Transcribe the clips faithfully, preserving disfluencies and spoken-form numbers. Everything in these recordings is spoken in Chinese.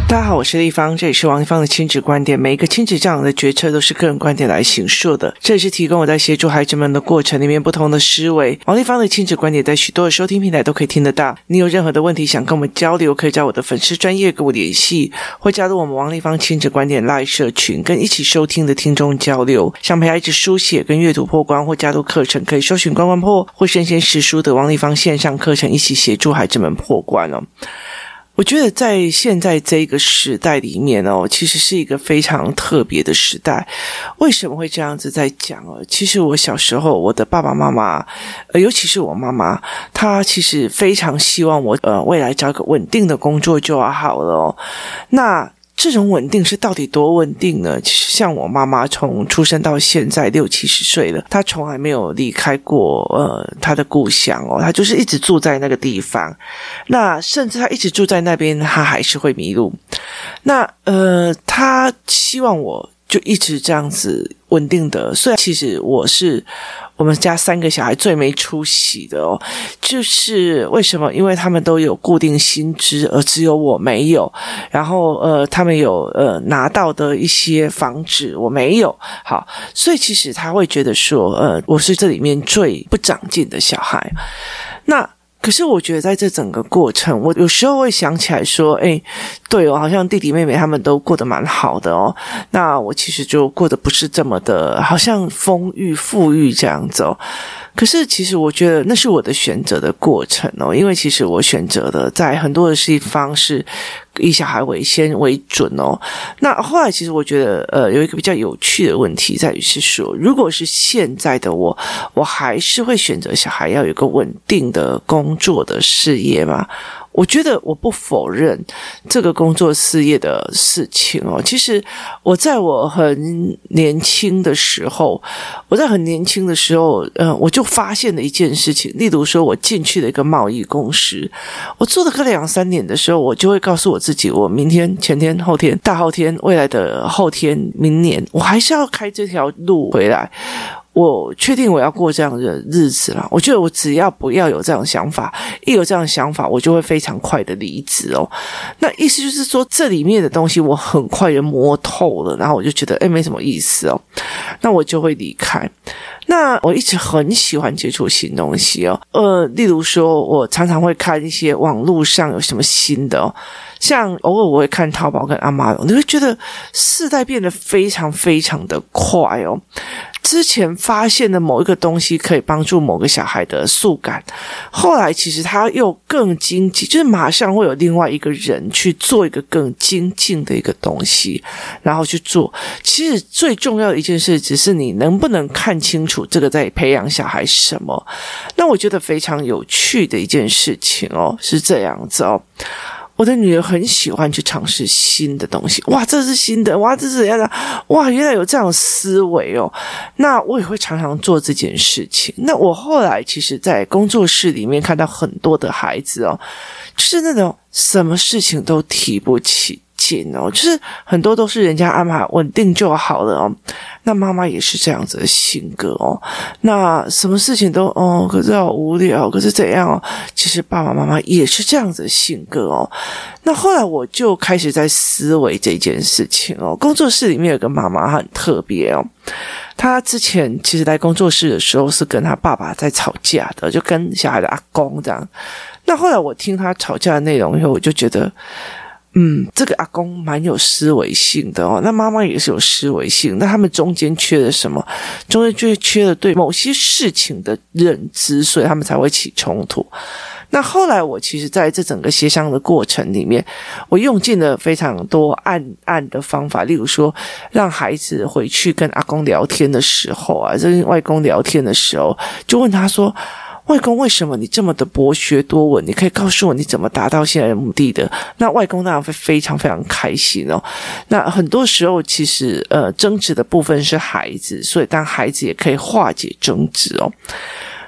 大家好，我是立方，这里是王立方的亲子观点。每一个亲子教养的决策都是个人观点来形塑的，这也是提供我在协助孩子们的过程里面不同的思维。王立方的亲子观点在许多的收听平台都可以听得到。你有任何的问题想跟我们交流，可以在我的粉丝专页跟我联系，或加入我们王立方亲子观点 LINE 社群，跟一起收听的听众交流。想陪孩子书写跟阅读破关或加入课程，可以搜寻关关破或生鲜识书的王立方线上课程，一起协助孩子们破关哦。我觉得在现在这个时代里面哦，其实是一个非常特别的时代。为什么会这样子在讲哦？其实我小时候，我的爸爸妈妈，呃，尤其是我妈妈，她其实非常希望我呃未来找一个稳定的工作就好了哦。那这种稳定是到底多稳定呢？其实像我妈妈从出生到现在六七十岁了，她从来没有离开过呃她的故乡哦，她就是一直住在那个地方。那甚至她一直住在那边，她还是会迷路。那呃，她希望我就一直这样子稳定的，虽然其实我是我们家三个小孩最没出息的哦，就是为什么？因为他们都有固定薪资，而只有我没有。然后呃，他们有呃拿到的一些房子，我没有。好，所以其实他会觉得说，呃，我是这里面最不长进的小孩。那可是我觉得在这整个过程，我有时候会想起来说，诶，对哦，好像弟弟妹妹他们都过得蛮好的哦，那我其实就过得不是这么的，好像丰裕富裕这样子哦。可是其实我觉得那是我的选择的过程哦，因为其实我选择的在很多的地方是以小孩为先为准哦。那后来其实我觉得呃有一个比较有趣的问题在于是说，如果是现在的我，我还是会选择小孩要有一个稳定的工作的事业吗？我觉得我不否认这个工作事业的事情哦。其实我在我很年轻的时候，我在很年轻的时候，呃，我就发现了一件事情。例如说，我进去了一个贸易公司，我做了个两三年的时候，我就会告诉我自己，我明天、前天、后天、大后天、未来的后天、明年，我还是要开这条路回来。我确定我要过这样的日子了。我觉得我只要不要有这样的想法，一有这样的想法，我就会非常快的离职哦。那意思就是说，这里面的东西我很快的摸透了，然后我就觉得，诶，没什么意思哦，那我就会离开。那我一直很喜欢接触新东西哦，呃，例如说，我常常会看一些网络上有什么新的哦。像偶尔我会看淘宝跟阿妈龙，你会觉得世代变得非常非常的快哦。之前发现的某一个东西可以帮助某个小孩的速感，后来其实他又更精进，就是马上会有另外一个人去做一个更精进的一个东西，然后去做。其实最重要的一件事，只是你能不能看清楚这个在培养小孩什么。那我觉得非常有趣的一件事情哦，是这样子哦。我的女儿很喜欢去尝试新的东西，哇，这是新的，哇，这是怎样的，哇，原来有这样的思维哦。那我也会常常做这件事情。那我后来其实在工作室里面看到很多的孩子哦，就是那种什么事情都提不起劲哦，就是很多都是人家安排稳定就好了哦。那妈妈也是这样子的性格哦，那什么事情都哦，可是好无聊，可是怎样哦？其实爸爸妈妈也是这样子的性格哦。那后来我就开始在思维这件事情哦。工作室里面有个妈妈很特别哦，她之前其实来工作室的时候是跟她爸爸在吵架的，就跟小孩的阿公这样。那后来我听她吵架的内容以后，我就觉得嗯，这个阿公蛮有思维性的哦，那妈妈也是有思维性，那他们中间缺了什么？中间就缺了对某些事情的认知，所以他们才会起冲突。那后来我其实在这整个协商的过程里面，我用尽了非常多暗暗的方法，例如说让孩子回去跟阿公聊天的时候啊，跟外公聊天的时候，就问他说，外公，为什么你这么的博学多闻？你可以告诉我你怎么达到现在的目的的？那外公当然会非常非常开心哦。那很多时候其实呃争执的部分是孩子，所以当孩子也可以化解争执哦。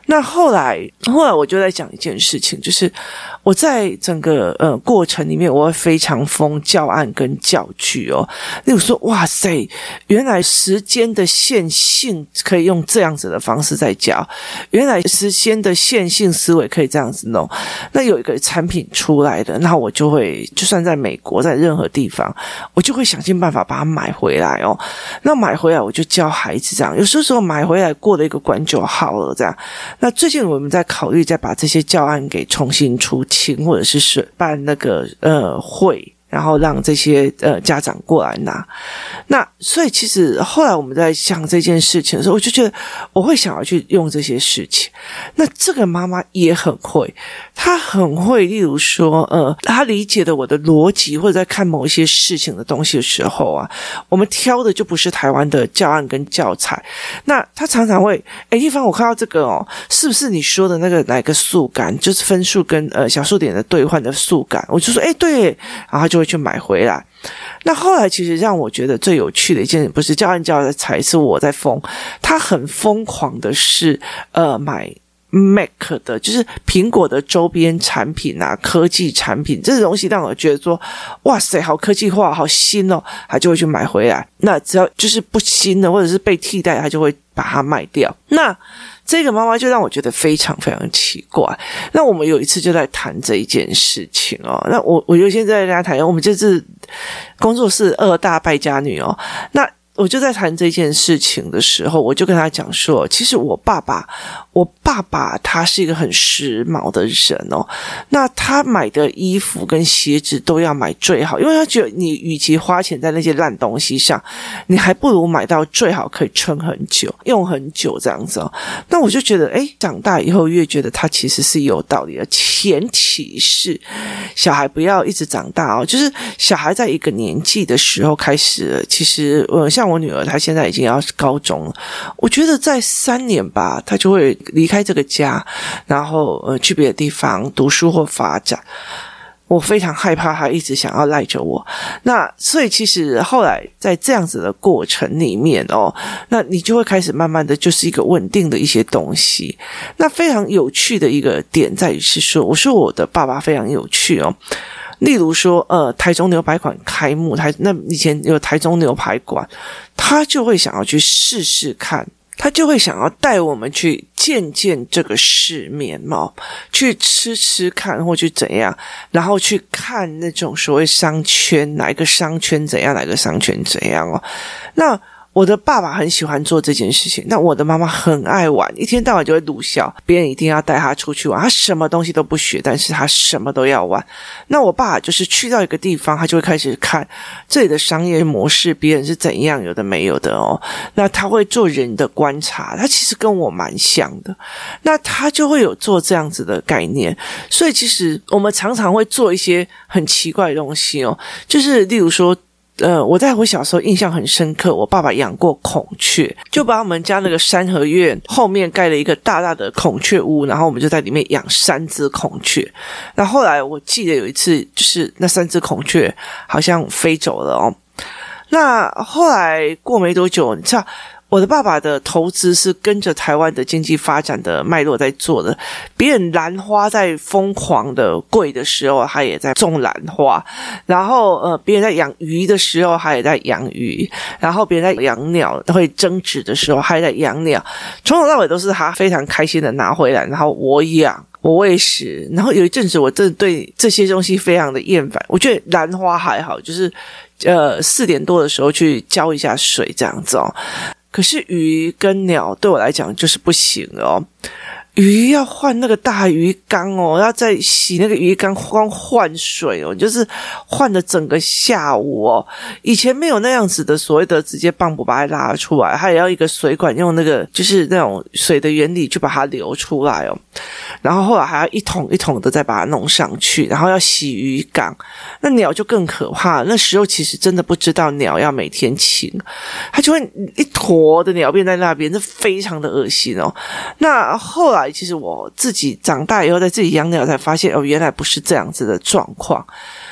那后来后来我就在讲一件事情，就是我在整个呃过程里面，我会非常疯教案跟教具哦。例如说，哇塞，原来时间的线性可以用这样子的方式在教，原来时间的线性思维可以这样子弄。那有一个产品出来的，那我就会就算在美国，在任何地方，我就会想尽办法把它买回来哦。那买回来我就教孩子这样，有时候买回来过了一个关就好了这样。那最近我们在考虑再把这些教案给重新出清，或者是办那个呃会，然后让这些呃家长过来拿。那所以其实后来我们在想这件事情的时候，我就觉得我会想要去用这些事情。那这个妈妈也很会，她很会，例如说呃，她理解的我的逻辑，或者在看某一些事情的东西的时候啊，我们挑的就不是台湾的教案跟教材。那她常常会，诶，地方我看到这个哦，是不是你说的那个哪个数感，就是分数跟呃小数点的兑换的数感？我就说，诶，对，然后她就会去买回来。那后来其实让我觉得最有趣的一件，不是教案教材，是我在疯，他很疯狂的是呃买 Mac 的，就是苹果的周边产品啊，科技产品，这种东西让我觉得说，哇塞，好科技化，好新哦，他就会去买回来。那只要就是不新的或者是被替代，他就会把它卖掉。那这个妈妈就让我觉得非常非常奇怪。那我们有一次就在谈这一件事情哦。那我我就现在在跟她谈，我们就是工作室二大败家女哦。那我就在谈这件事情的时候，我就跟他讲说，其实我爸爸，我爸爸他是一个很时髦的人哦。那他买的衣服跟鞋子都要买最好，因为他觉得你与其花钱在那些烂东西上，你还不如买到最好可以撑很久、用很久这样子哦。那我就觉得，诶，长大以后越觉得他其实是有道理的。前提是小孩不要一直长大哦，就是小孩在一个年纪的时候开始，其实呃像。像我女儿她现在已经要高中了，我觉得在三年吧，她就会离开这个家，然后呃去别的地方读书或发展。我非常害怕她一直想要赖着我。那所以其实后来在这样子的过程里面哦，那你就会开始慢慢的就是一个稳定的一些东西。那非常有趣的一个点在于是说，我说我的爸爸非常有趣哦。例如说，呃，台中牛排馆开幕，台那以前有台中牛排馆，他就会想要去试试看，他就会想要带我们去见见这个世面嘛，去吃吃看，或去怎样，然后去看那种所谓商圈，哪一个商圈怎样，哪个商圈怎样哦。那我的爸爸很喜欢做这件事情，那我的妈妈很爱玩，一天到晚就会鲁小，别人一定要带他出去玩，他什么东西都不学，但是他什么都要玩。那我爸就是去到一个地方，他就会开始看这里的商业模式，别人是怎样，有的没有的哦。那他会做人的观察，他其实跟我蛮像的，那他就会有做这样子的概念。所以其实我们常常会做一些很奇怪的东西哦，就是例如说呃，我在我小时候印象很深刻，我爸爸养过孔雀，就把我们家那个三合院后面盖了一个大大的孔雀屋，然后我们就在里面养三只孔雀。那后来我记得有一次，就是那三只孔雀好像飞走了哦。那后来过没多久，你知道我的爸爸的投资是跟着台湾的经济发展的脉络在做的，别人兰花在疯狂的贵的时候，他也在种兰花，然后呃，别人在养鱼的时候，他也在养鱼，然后别人在养鸟会增值的时候，他也在养鸟，从头到尾都是他非常开心的拿回来，然后我养。我喂食，然后有一阵子我真的对这些东西非常的厌烦。我觉得兰花还好，就是呃四点多的时候去浇一下水这样子哦。可是鱼跟鸟对我来讲就是不行哦。鱼要换那个大鱼缸哦，要再洗那个鱼缸，光换水哦，就是换了整个下午哦。以前没有那样子的所谓的直接泵不把它拉出来，它也要一个水管用那个就是那种水的原理去把它流出来哦。然后后来还要一桶一桶的再把它弄上去，然后要洗鱼缸。那鸟就更可怕，那时候其实真的不知道鸟要每天清，它就会一坨的鸟便在那边，这非常的恶心哦。那后来其实我自己长大以后在自己养鸟才发现哦，原来不是这样子的状况。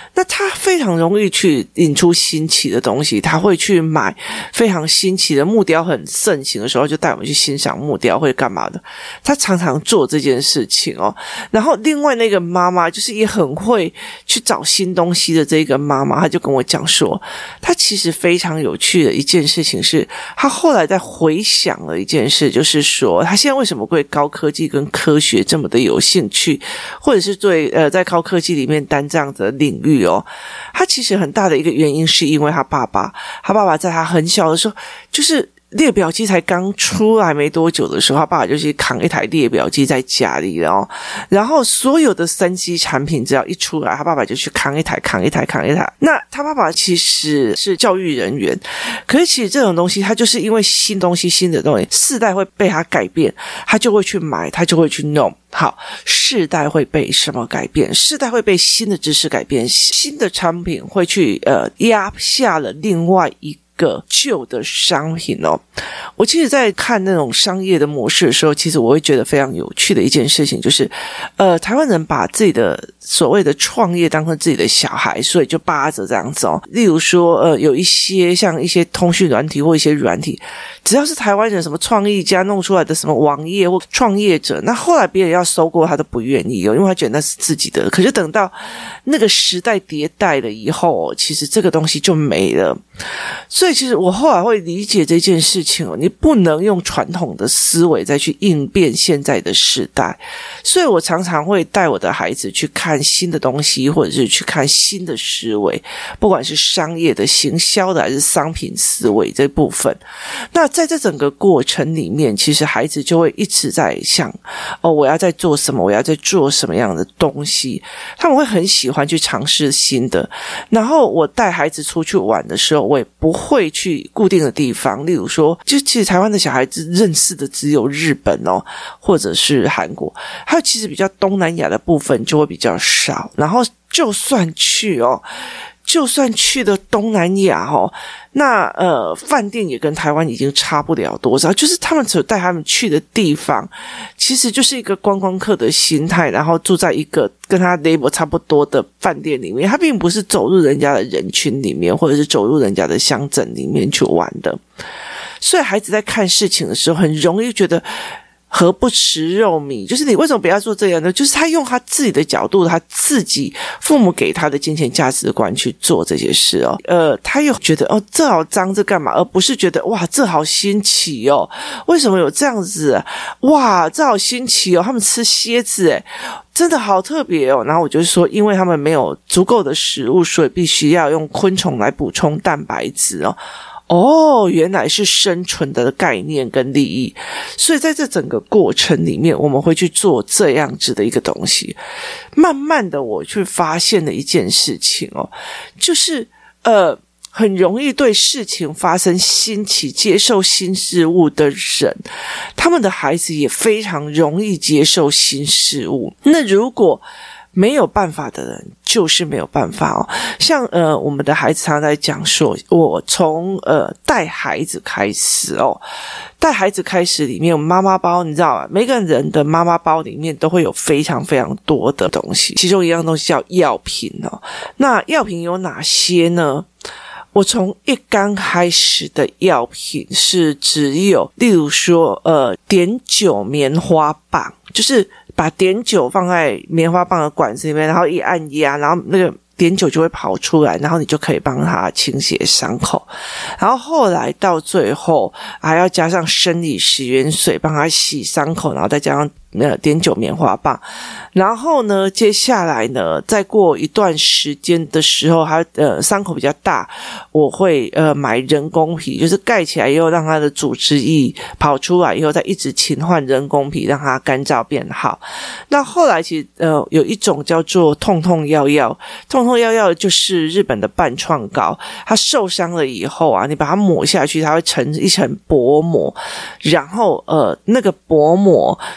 那他非常容易去引出新奇的东西，他会去买非常新奇的木雕，很盛行的时候就带我们去欣赏木雕会干嘛的，他常常做这件事情哦。然后另外那个妈妈就是也很会去找新东西的这个妈妈，她就跟我讲说，她其实非常有趣的一件事情是，她后来在回想了一件事，就是说她现在为什么对高科技跟科学这么的有兴趣，或者是对呃在高科技里面担这样的领域哦，她其实很大的一个原因是因为她爸爸，她爸爸在她很小的时候，就是列表机才刚出来没多久的时候，他爸爸就去扛一台列表机在家里了哦。然后所有的三 C 产品只要一出来，他爸爸就去扛一台扛一台扛一台。那他爸爸其实是教育人员，可是其实这种东西他就是因为新东西新的东西世代会被他改变，他就会去买，他就会去弄。好，世代会被什么改变？世代会被新的知识改变，新的产品会去呃压下了另外一个个旧的商品哦。我其实在看那种商业的模式的时候，其实我会觉得非常有趣的一件事情就是呃，台湾人把自己的所谓的创业当成自己的小孩，所以就扒着这样子哦。例如说呃，有一些像一些通讯软体或一些软体，只要是台湾人什么创意家弄出来的什么网页或创业者，那后来别人要收购他都不愿意哦，因为他觉得那是自己的。可是等到那个时代迭代了以后哦，其实这个东西就没了。所以其实我后来会理解这件事情哦，你不能用传统的思维再去应变现在的时代。所以我常常会带我的孩子去看新的东西，或者是去看新的思维，不管是商业的、行销的还是商品思维这部分。那在这整个过程里面，其实孩子就会一直在想哦，我要在做什么，我要在做什么样的东西，他们会很喜欢去尝试新的。然后我带孩子出去玩的时候，我也不会去固定的地方，例如说就其实台湾的小孩子认识的只有日本哦，或者是韩国，还有其实比较东南亚的部分就会比较少。然后就算去哦就算去的东南亚哦，那呃饭店也跟台湾已经差不了多少，就是他们只有带他们去的地方其实就是一个观光客的心态，然后住在一个跟他 level 差不多的饭店里面，他并不是走入人家的人群里面，或者是走入人家的乡镇里面去玩的。所以孩子在看事情的时候很容易觉得何不食肉糜，就是你为什么不要做这样呢？就是他用他自己的角度，他自己父母给他的金钱价值观去做这些事哦。呃，他又觉得哦，这好脏，这干嘛？而不是觉得哇，这好新奇哦，为什么有这样子啊？哇，这好新奇哦，他们吃蝎子诶，真的好特别哦。然后我就说，因为他们没有足够的食物，所以必须要用昆虫来补充蛋白质哦。哦，原来是生存的概念跟利益，所以在这整个过程里面，我们会去做这样子的一个东西。慢慢的，我去发现了一件事情哦，就是呃，很容易对事情发生新奇、接受新事物的人，他们的孩子也非常容易接受新事物。那如果没有办法的人就是没有办法哦。像呃我们的孩子常常在讲说，我从呃带孩子开始哦，带孩子开始里面有妈妈包，你知道吗？每个人的妈妈包里面都会有非常非常多的东西，其中一样东西叫药品哦。那药品有哪些呢？我从一刚开始的药品是只有例如说呃碘酒棉花棒，就是把碘酒放在棉花棒的管子里面，然后一按压，然后那个碘酒就会跑出来，然后你就可以帮他清洗伤口。然后后来到最后还要加上生理食盐水帮他洗伤口，然后再加上呃碘酒棉花棒。然后呢接下来呢再过一段时间的时候，他呃伤口比较大，我会呃买人工皮，就是盖起来以后让他的组织液跑出来以后再一直勤换人工皮，让它干燥变好。那后来其实呃有一种叫做痛痛药药，痛痛药药就是日本的半创膏，它受伤了以后啊，你把它抹下去，它会成一层薄膜，然后呃那个薄膜就可以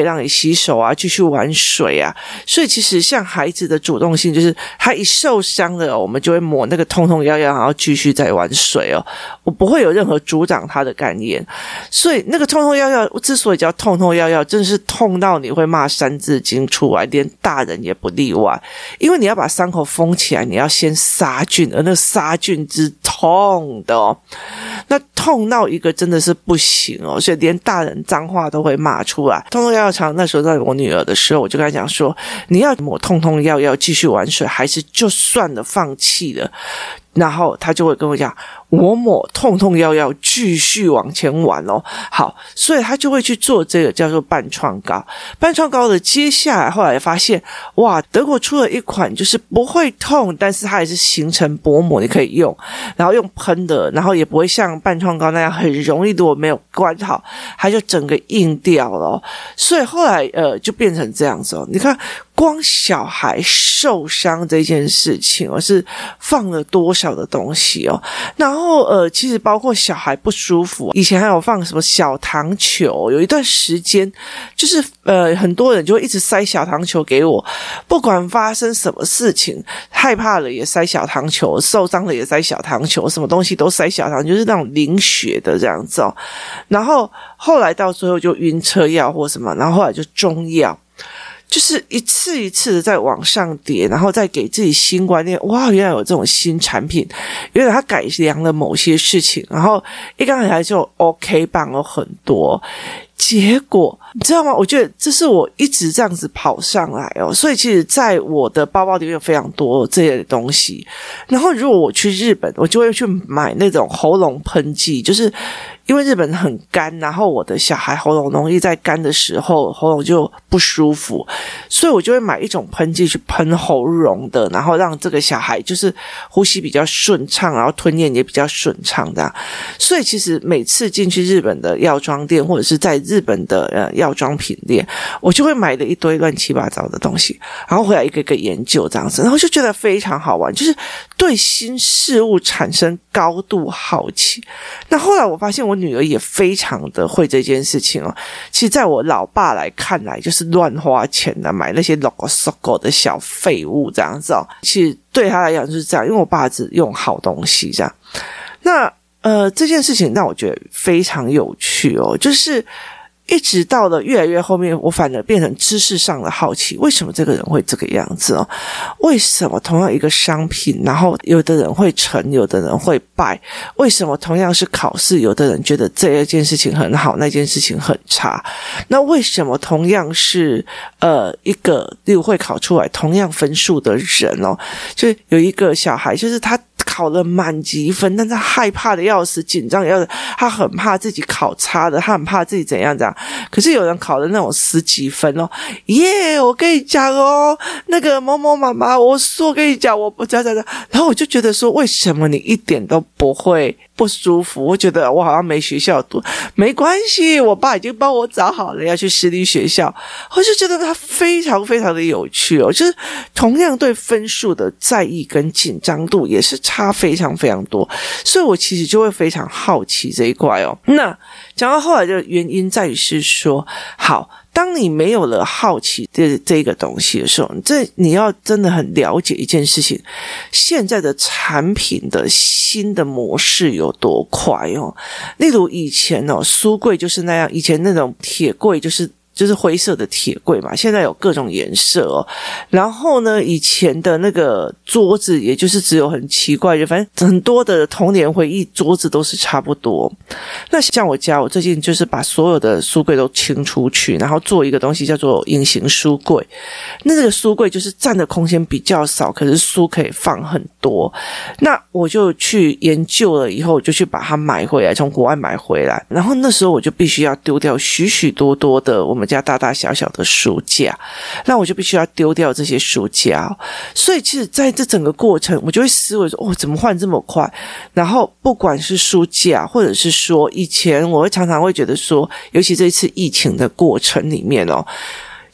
让你洗手啊，继续玩水啊。所以其实像孩子的主动性，就是他一受伤了，我们就会抹那个痛痛药药，然后继续再玩水哦。我不会有任何阻挡他的概念。所以那个痛痛药药之所以叫痛痛药药，真的是痛到你会骂三字经出来，连大人也不例外。因为你要把伤口封起来，你要先杀菌，而那个杀菌之痛的哦，那痛到一个真的是不行哦，所以连大人脏话都会骂出来。痛痛药药常那时候在我女儿的时候，我就跟她讲说，你要抹痛痛药药继续玩水，还是就算了放弃了？然后他就会跟我讲，我抹痛痛药药继续往前玩哦。好，所以他就会去做这个叫做半创膏。半创膏的接下来后来发现，哇，德国出了一款就是不会痛，但是它也是形成薄膜，你可以用，然后用喷的，然后也不会像半创膏那样很容易，如果没有关好，它就整个硬掉了哦。所以后来呃就变成这样子哦。你看，光小孩受伤这件事情哦，是放了多少的东西哦。然后呃其实包括小孩不舒服，以前还有放什么小糖球，有一段时间就是呃很多人就会一直塞小糖球给我，不管发生什么事情，害怕了也塞小糖球，受伤了也塞小糖球，什么东西都塞小糖，就是那种淋血的这样子哦。然后后来到最后就晕车药或什么，然后后来就中药，就是一次一次的在往上叠，然后再给自己新观念，哇，原来有这种新产品，原来它改良了某些事情，然后一刚才就 OK 棒了很多。结果你知道吗？我觉得这是我一直这样子跑上来哦，所以其实在我的包包里面有非常多这些东西。然后如果我去日本，我就会去买那种喉咙喷剂，就是因为日本很干，然后我的小孩喉咙容易在干的时候喉咙就不舒服，所以我就会买一种喷剂去喷喉咙的，然后让这个小孩就是呼吸比较顺畅，然后吞咽也比较顺畅的。所以其实每次进去日本的药妆店，或者是在日本的呃药妆品店，我就会买了一堆乱七八糟的东西，然后回来一个一个研究这样子，然后就觉得非常好玩，就是对新事物产生高度好奇。那后来我发现我女儿也非常的会这件事情哦。其实在我老爸来看来，就是乱花钱的、啊、买那些 logo sogo 的小废物这样子哦。其实对他来讲就是这样，因为我爸只用好东西这样。那呃这件事情让我觉得非常有趣哦，就是一直到了越来越后面，我反而变成知识上的好奇，为什么这个人会这个样子哦？为什么同样一个商品，然后有的人会成，有的人会败？为什么同样是考试，有的人觉得这一件事情很好，那件事情很差？那为什么同样是呃一个例如会考出来同样分数的人哦，就有一个小孩，就是他考了满级分，但他害怕的要死，紧张的要死，他很怕自己考差的，他很怕自己怎样怎样。可是有人考的那种十几分哦，耶！我跟你讲哦，那个某某妈妈，我说跟你讲，我不讲讲讲，然后我就觉得说，为什么你一点都不会不舒服？我觉得我好像没学校读，没关系，我爸已经帮我找好了要去私立学校，我就觉得他非常非常的有趣哦，就是同样对分数的在意跟紧张度也是差非常非常多，所以我其实就会非常好奇这一块哦。那讲到后来的原因在于是说，好，当你没有了好奇这这个东西的时候，这你要真的很了解一件事情，现在的产品的新的模式有多快哦。例如以前哦，书柜就是那样，以前那种铁柜就是就是灰色的铁柜嘛，现在有各种颜色哦。然后呢，以前的那个桌子，也就是只有很奇怪的，反正很多的童年回忆桌子都是差不多。那像我家，我最近就是把所有的书柜都清出去，然后做一个东西叫做隐形书柜。那这个书柜就是占的空间比较少，可是书可以放很多。那我就去研究了以后，我就去把它买回来，从国外买回来。然后那时候我就必须要丢掉许许多多的我们家大大小小的书架，那我就必须要丢掉这些书架哦。所以其实在这整个过程，我就会思维说，哦，怎么换这么快？然后不管是书架，或者是说以前我会常常会觉得说，尤其这一次疫情的过程里面哦，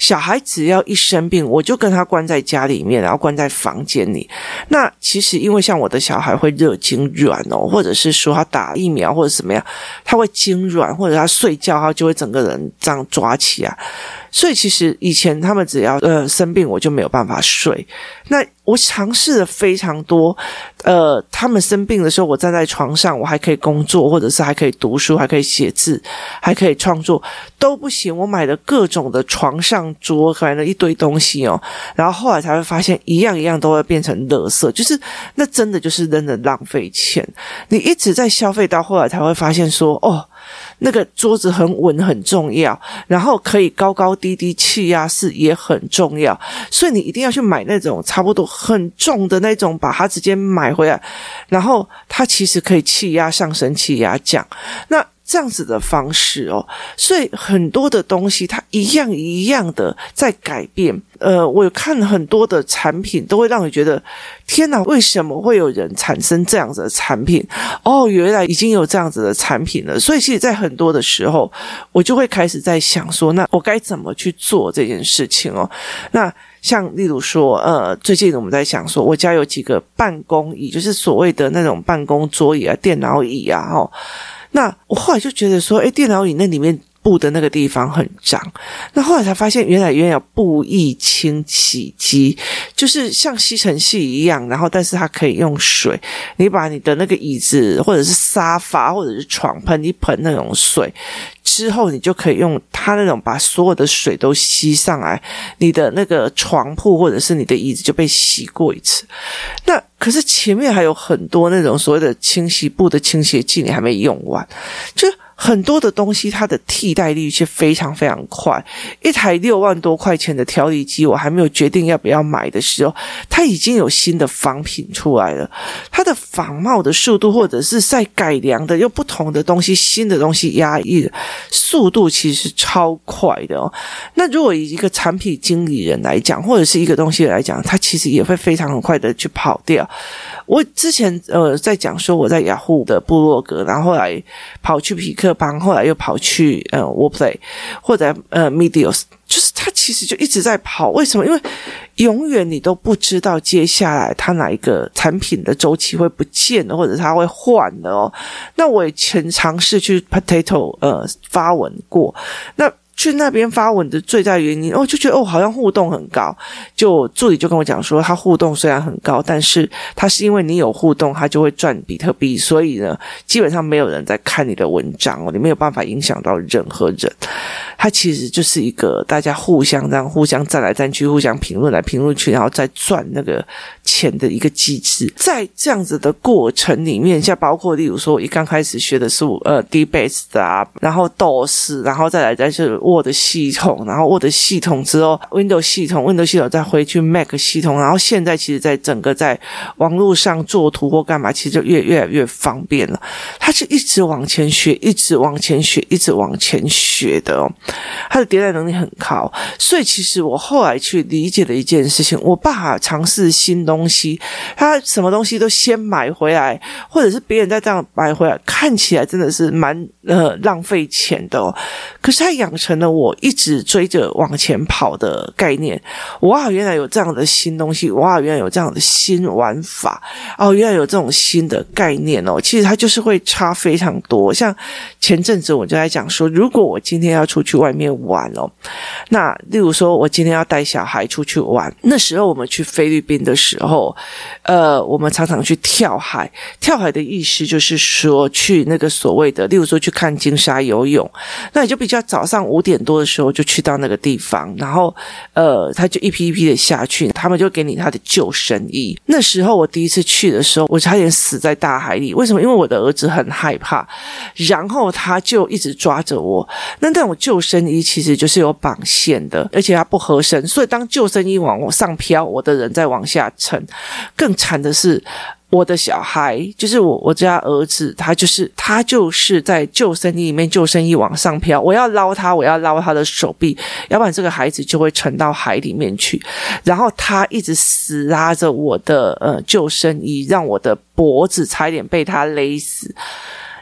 小孩只要一生病，我就跟他关在家里面，然后关在房间里。那其实因为像我的小孩会热痉挛哦，或者是说他打疫苗或者什么样，他会痉挛，或者他睡觉他就会整个人这样抓起来。所以其实以前他们只要呃生病，我就没有办法睡。那我尝试了非常多，呃，他们生病的时候，我站在床上，我还可以工作，或者是还可以读书，还可以写字，还可以创作，都不行。我买了各种的床上桌，买了一堆东西哦，然后后来才会发现，一样一样都会变成垃圾，就是那真的就是真的浪费钱。你一直在消费，到后来才会发现说，哦。那个桌子很稳很重要，然后可以高高低低气压式也很重要，所以你一定要去买那种差不多很重的那种，把它直接买回来，然后它其实可以气压上升气压降，那这样子的方式哦，所以很多的东西它一样一样的在改变。呃，我有看很多的产品都会让你觉得天哪，为什么会有人产生这样子的产品？哦，原来已经有这样子的产品了。所以其实在很多的时候我就会开始在想说，那我该怎么去做这件事情哦。那像例如说呃，最近我们在想说我家有几个办公椅，就是所谓的那种办公桌椅啊电脑椅啊齁，那我后来就觉得说诶，电脑椅那里面布的那个地方很脏，那后来才发现原来原来有布艺清洗机，就是像吸尘器一样，然后但是它可以用水，你把你的那个椅子或者是沙发或者是床喷一喷那种水之后，你就可以用它那种把所有的水都吸上来，你的那个床铺或者是你的椅子就被洗过一次。那可是前面还有很多那种所谓的清洗布的清洗剂你还没用完，就很多的东西它的替代率是非常非常快。一台六万多块钱的调理机我还没有决定要不要买的时候，它已经有新的仿品出来了，它的仿冒的速度或者是在改良的又不同的东西新的东西压抑的速度其实是超快的哦。那如果以一个产品经理人来讲，或者是一个东西来讲，它其实也会非常很快的去跑掉。我之前呃在讲说我在雅虎的部落格，然后后来跑去匹克邦，后来又跑去呃 Wordplay 或者呃 Medios， 就是它其实就一直在跑。为什么？因为永远你都不知道接下来它哪一个产品的周期会不见了，或者它会换的哦。那我也曾尝试去 Potato 呃发文过，那去那边发文的最大原因，我、哦、就觉得哦，好像互动很高。就助理就跟我讲说，他互动虽然很高，但是他是因为你有互动，他就会赚比特币，所以呢，基本上没有人在看你的文章哦，你没有办法影响到任何人。它其实就是一个大家互相这样互相站来站去，互相评论来评论去，然后再赚那个钱的一个机制。在这样子的过程里面，像包括例如说，我一刚开始学的是呃 D-Base 啊，然后 D O S， 然后再来再是 Word 系统，然后 Word 系统之后 Windows 系统 Windows 系统再回去 Mac 系统，然后现在其实在整个在网络上做图或干嘛，其实就越越来越方便了。它是一直往前学，一直往前学，一直往前学的哦。它的迭代能力很高，所以其实我后来去理解的一件事情，我爸尝试新东西，他什么东西都先买回来，或者是别人再这样买回来，看起来真的是蛮呃浪费钱的哦。可是他养成了我一直追着往前跑的概念。哇，原来有这样的新东西，哇，原来有这样的新玩法，哦，原来有这种新的概念哦。其实它就是会差非常多。像前阵子我就在讲说，如果我今天要出去外面玩哦，那例如说我今天要带小孩出去玩，那时候我们去菲律宾的时候，呃，我们常常去跳海。跳海的意思就是说去那个所谓的，例如说去看金沙游泳，那你就比较早上五点多的时候就去到那个地方，然后呃，他就一批一批的下去，他们就给你他的救生衣。那时候我第一次去的时候，我差点死在大海里。为什么？因为我的儿子很害怕，然后他就一直抓着我。那那种救生衣其实就是有绑线的，而且它不合身，所以当救生衣往上飘，我的人在往下沉。更惨的是我的小孩，就是我我家儿子，他就是他就是在救生衣里面，救生衣往上飘，我要捞他，我要捞他的手臂，要不然这个孩子就会沉到海里面去。然后他一直死拉着我的呃救生衣，让我的脖子差一点被他勒死。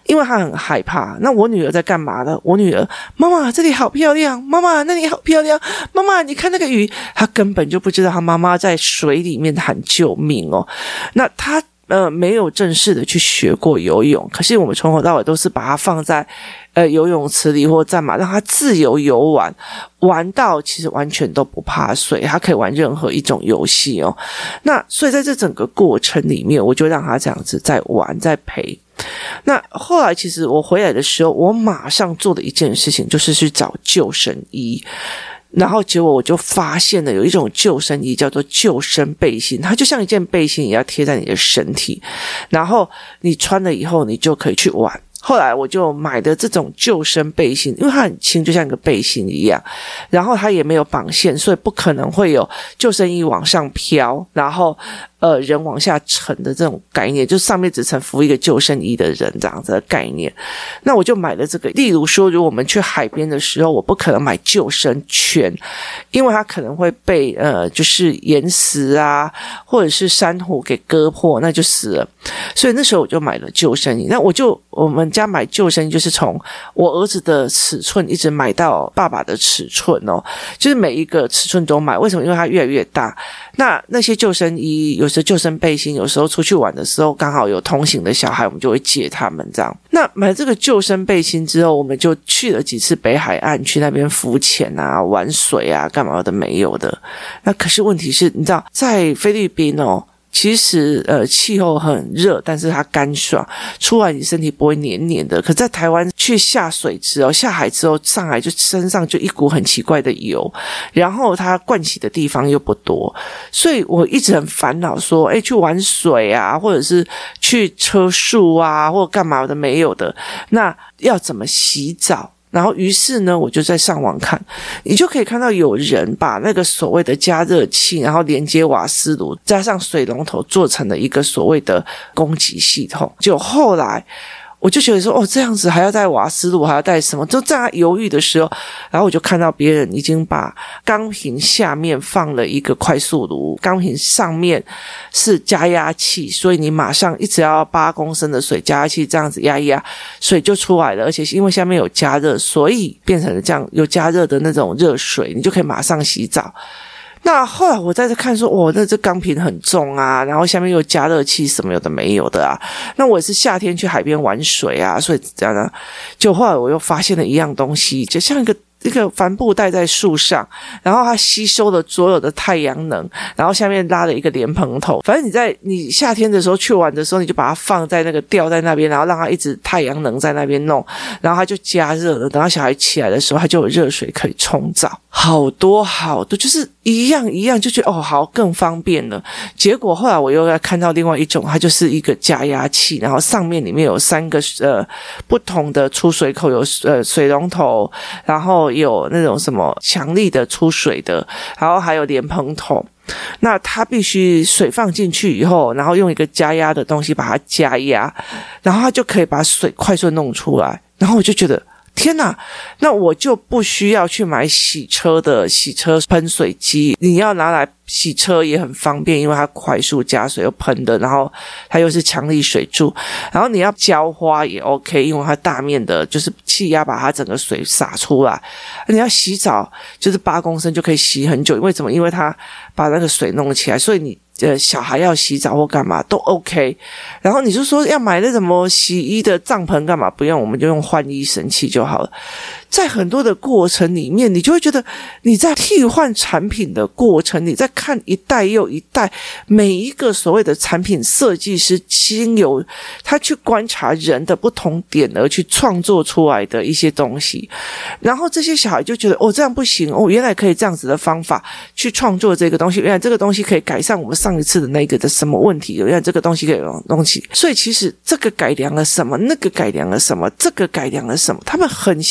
因为他很害怕。那我女儿在干嘛呢？我女儿，妈妈这里好漂亮，妈妈那里好漂亮，妈妈你看那个鱼，她根本就不知道她妈妈在水里面喊救命哦。那她呃没有正式的去学过游泳，可是我们从头到尾都是把她放在呃游泳池里或干嘛，让她自由游玩，玩到其实完全都不怕水，她可以玩任何一种游戏哦。那所以在这整个过程里面，我就让她这样子在玩在陪。那后来其实我回来的时候，我马上做的一件事情就是去找救生衣，然后结果我就发现了有一种救生衣叫做救生背心，它就像一件背心一样贴在你的身体，然后你穿了以后你就可以去玩。后来我就买的这种救生背心，因为它很轻，就像一个背心一样，然后它也没有绑线，所以不可能会有救生衣往上飘，然后呃人往下沉的这种概念，就上面只层浮一个救生衣的人这样子的概念。那我就买了这个，例如说如果我们去海边的时候，我不可能买救生圈，因为它可能会被呃就是岩石啊或者是珊瑚给割破，那就死了。所以那时候我就买了救生衣。那我就我们家买救生衣就是从我儿子的尺寸一直买到爸爸的尺寸哦，就是每一个尺寸都买。为什么？因为它越来越大。那那些救生衣，有时候救生背心，有时候出去玩的时候刚好有同行的小孩，我们就会借他们这样。那买这个救生背心之后，我们就去了几次北海岸，去那边浮潜啊、玩水啊、干嘛的没有的。那可是问题是，你知道，在菲律宾哦。其实呃气候很热，但是它干爽，出来你身体不会黏黏的。可在台湾去下水之后，下海之后上来就身上就一股很奇怪的油，然后它盥洗的地方又不多，所以我一直很烦恼说，诶去玩水啊，或者是去车树啊，或者干嘛的没有的，那要怎么洗澡？然后于是呢，我就在上网看，你就可以看到有人把那个所谓的加热器，然后连接瓦斯炉，加上水龙头做成了一个所谓的供给系统。就后来我就觉得说，哦，这样子还要带瓦斯炉，还要带什么？就在他犹豫的时候，然后我就看到别人已经把钢瓶下面放了一个快速炉，钢瓶上面是加压器，所以你马上一直要八公升的水加压器这样子压一压，水就出来了。而且因为下面有加热，所以变成了这样有加热的那种热水，你就可以马上洗澡。那后来我在这看说，哦，那这钢瓶很重啊，然后下面又加热器什么有的没有的啊。那我也是夏天去海边玩水啊，所以这样呢，就后来我又发现了一样东西，就像一个一个帆布袋在树上，然后它吸收了所有的太阳能，然后下面拉了一个莲蓬头。反正你在你夏天的时候去玩的时候，你就把它放在那个吊在那边，然后让它一直太阳能在那边弄，然后它就加热了。等到小孩起来的时候，它就有热水可以冲澡，好多好多，就是一样一样，就觉得哦好更方便了。结果后来我又看到另外一种，它就是一个加压器，然后上面里面有三个呃不同的出水口，有呃水龙头，然后有那种什么强力的出水的，然后还有莲蓬头。那它必须水放进去以后，然后用一个加压的东西把它加压，然后它就可以把水快速弄出来。然后我就觉得天哪，那我就不需要去买洗车的洗车喷水机，你要拿来洗车也很方便，因为它快速加水又喷的，然后它又是强力水柱，然后你要浇花也 OK， 因为它大面的就是气压把它整个水洒出来。你要洗澡就是八公升就可以洗很久，为什么？因为它把那个水弄起来，所以你呃小孩要洗澡或干嘛都 OK。然后你就说要买那什么洗衣的帐篷干嘛？不用，我们就用换衣神器就好了。在很多的过程里面，你就会觉得你在替换产品的过程，你在看一代又一代，每一个所谓的产品设计师经由他去观察人的不同点而去创作出来的一些东西。然后这些小孩就觉得哦这样不行，哦原来可以这样子的方法去创作这个东西，原来这个东西可以改善我们上一次的那个的什么问题，原来这个东西可以有东西。所以其实这个改良了什么，那个改良了什么，这个改良了什么，他们很习惯的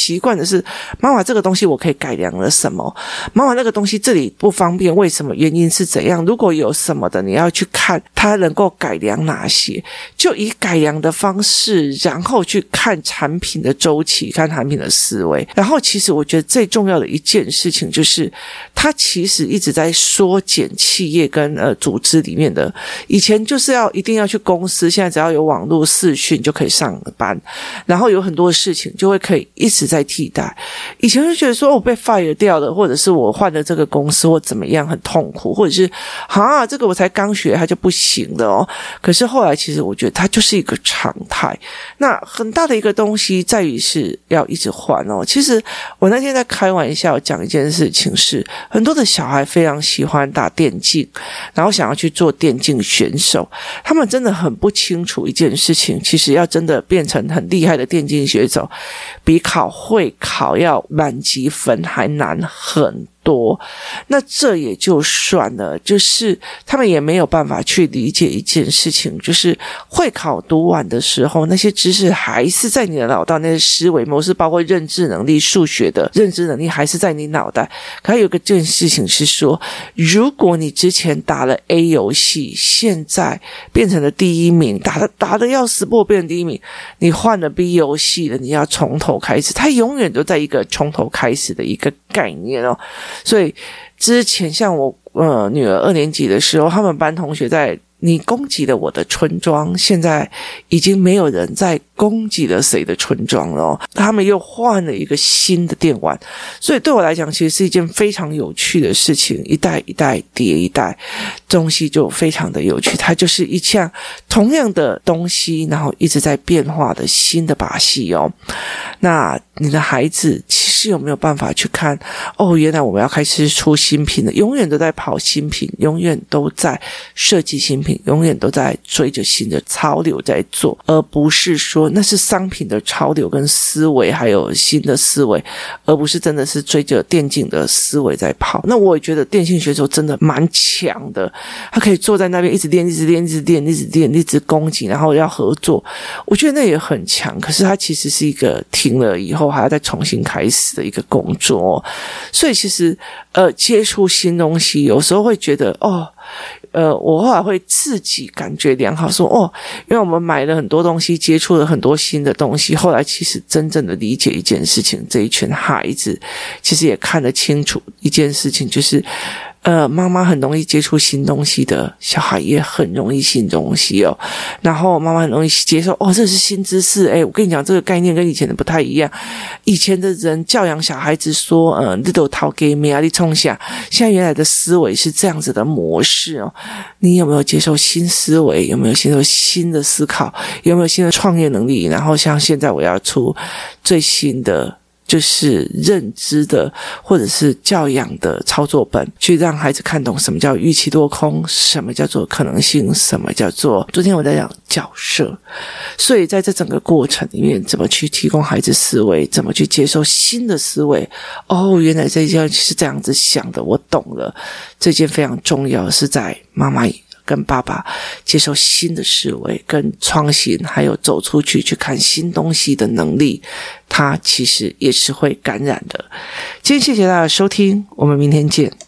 就是妈妈这个东西我可以改良了什么，妈妈那个东西这里不方便，为什么，原因是怎样，如果有什么的你要去看它能够改良哪些，就以改良的方式，然后去看产品的周期，看产品的思维。然后其实我觉得最重要的一件事情就是它其实一直在缩减企业跟呃组织里面的，以前就是要一定要去公司，现在只要有网络视讯就可以上班，然后有很多事情就会可以一直在替代。以前就觉得说我被 fire 掉了，或者是我换了这个公司或怎么样很痛苦，或者是啊这个我才刚学它就不行了哦。可是后来其实我觉得它就是一个常态。那很大的一个东西在于是要一直换哦。其实我那天在开玩笑讲一件事情是，很多的小孩非常喜欢打电竞，然后想要去做电竞选手，他们真的很不清楚一件事情，其实要真的变成很厉害的电竞选手，比考会考要满积分还难很多。那这也就算了，就是他们也没有办法去理解一件事情，就是会考读完的时候，那些知识还是在你的脑袋，那些思维模式包括认知能力，数学的认知能力还是在你脑袋。可还有个件事情是说，如果你之前打了 A 游戏，现在变成了第一名，打的打的要死不活变成第一名，你换了 B 游戏了，你要从头开始，它永远都在一个从头开始的一个概念哦。所以之前像我呃女儿二年级的时候，他们班同学在你攻击了我的村庄，现在已经没有人在攻击了谁的村庄了哦，他们又换了一个新的电玩。所以对我来讲其实是一件非常有趣的事情，一代一代叠一代，东西就非常的有趣，它就是一项同样的东西，然后一直在变化的新的把戏哦。那你的孩子其实有没有办法去看，哦，原来我们要开始出新品了，永远都在跑新品，永远都在设计新品，永远都在追着新的潮流在做，而不是说那是商品的潮流跟思维还有新的思维，而不是真的是追着电竞的思维在跑。那我也觉得电竞选手真的蛮强的，他可以坐在那边一直练一直练一直练一直练一直攻击，然后要合作，我觉得那也很强。可是他其实是一个停了以后还要再重新开始的一个工作哦。所以其实呃接触新东西有时候会觉得哦呃，我后来会自己感觉良好，说哦，因为我们买了很多东西，接触了很多新的东西，后来其实真正的理解一件事情，这一群孩子其实也看得清楚一件事情，就是呃，妈妈很容易接触新东西的小孩也很容易新东西哦，然后妈妈很容易接受哦，这是新知识，诶，我跟你讲这个概念跟以前的不太一样，以前的人教养小孩子说呃，你都掏给咩啊，你冲下，现在原来的思维是这样子的模式哦。你有没有接受新思维，有没有接受新的思考，有没有新的创业能力，然后像现在我要出最新的就是认知的或者是教养的操作本，去让孩子看懂什么叫预期落空，什么叫做可能性，什么叫做昨天我在讲角色。所以在这整个过程里面，怎么去提供孩子思维，怎么去接受新的思维，哦，原来这一件是这样子想的，我懂了。这件非常重要，是在妈妈跟爸爸接受新的思维跟创新，还有走出去去看新东西的能力，它其实也是会感染的。今天谢谢大家的收听，我们明天见。